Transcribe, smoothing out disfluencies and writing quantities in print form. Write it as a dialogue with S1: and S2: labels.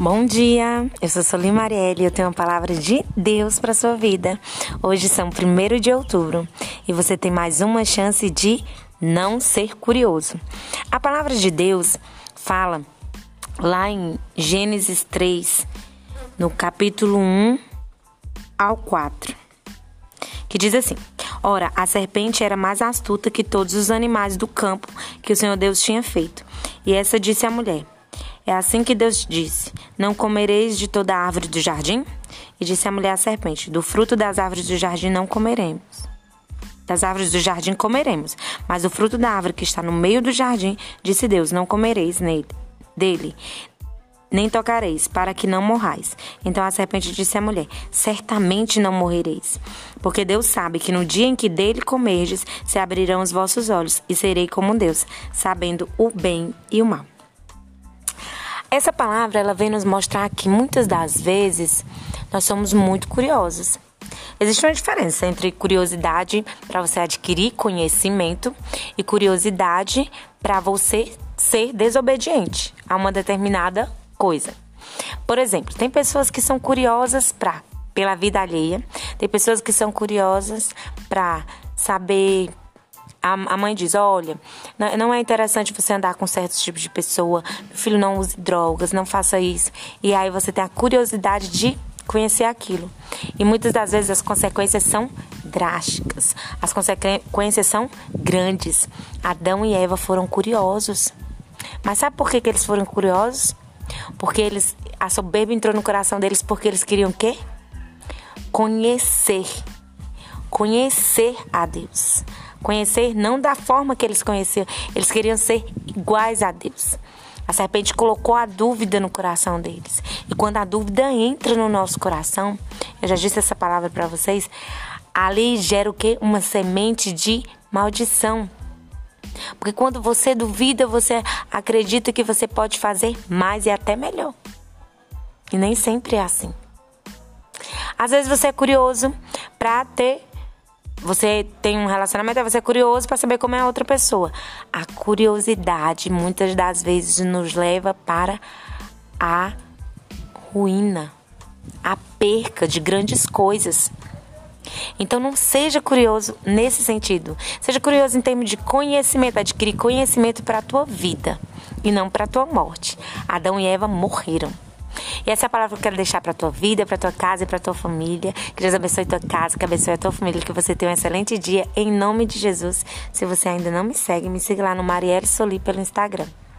S1: Bom dia, eu sou Solim Marielle e eu tenho uma palavra de Deus para sua vida. Hoje são 1º de outubro e você tem mais uma chance de não ser curioso. A palavra de Deus fala lá em Gênesis 3, no capítulo 1 ao 4, que diz assim: Ora, a serpente era mais astuta que todos os animais do campo que o Senhor Deus tinha feito. E essa disse à mulher: É assim que Deus disse: Não comereis de toda a árvore do jardim? E disse a mulher à serpente: Do fruto das árvores do jardim não comeremos. Das árvores do jardim comeremos, mas o fruto da árvore que está no meio do jardim, disse Deus: Não comereis dele, nem tocareis, para que não morrais. Então a serpente disse à mulher: Certamente não morrereis, porque Deus sabe que no dia em que dele comerdes, se abrirão os vossos olhos, e serei como Deus, sabendo o bem e o mal. Essa palavra, ela vem nos mostrar que muitas das vezes nós somos muito curiosos. Existe uma diferença entre curiosidade para você adquirir conhecimento e curiosidade para você ser desobediente a uma determinada coisa. Por exemplo, tem pessoas que são curiosas pela vida alheia, tem pessoas que são curiosas para saber. A mãe diz: olha, não é interessante você andar com certos tipos de pessoa, meu filho, não use drogas, não faça isso. E aí você tem a curiosidade de conhecer aquilo. E muitas das vezes as consequências são drásticas, as consequências são grandes. Adão e Eva foram curiosos. Mas sabe por que eles foram curiosos? Porque a soberba entrou no coração deles porque eles queriam o quê? Conhecer a Deus. Conhecer não da forma que eles conheciam, eles queriam ser iguais a Deus. A serpente colocou a dúvida no coração deles. E quando a dúvida entra no nosso coração, eu já disse essa palavra para vocês, ali gera o quê? Uma semente de maldição. Porque quando você duvida, você acredita que você pode fazer mais e até melhor. E nem sempre é assim. Às vezes você é curioso Você tem um relacionamento, aí você é curioso para saber como é a outra pessoa. A curiosidade, muitas das vezes, nos leva para a ruína, a perca de grandes coisas. Então, não seja curioso nesse sentido. Seja curioso em termos de conhecimento, adquirir conhecimento para a tua vida e não para a tua morte. Adão e Eva morreram. E essa é a palavra que eu quero deixar para a tua vida, para a tua casa e para a tua família. Que Deus abençoe a tua casa, que abençoe a tua família, que você tenha um excelente dia, em nome de Jesus. Se você ainda não me segue, me siga lá no Marielle Soli pelo Instagram.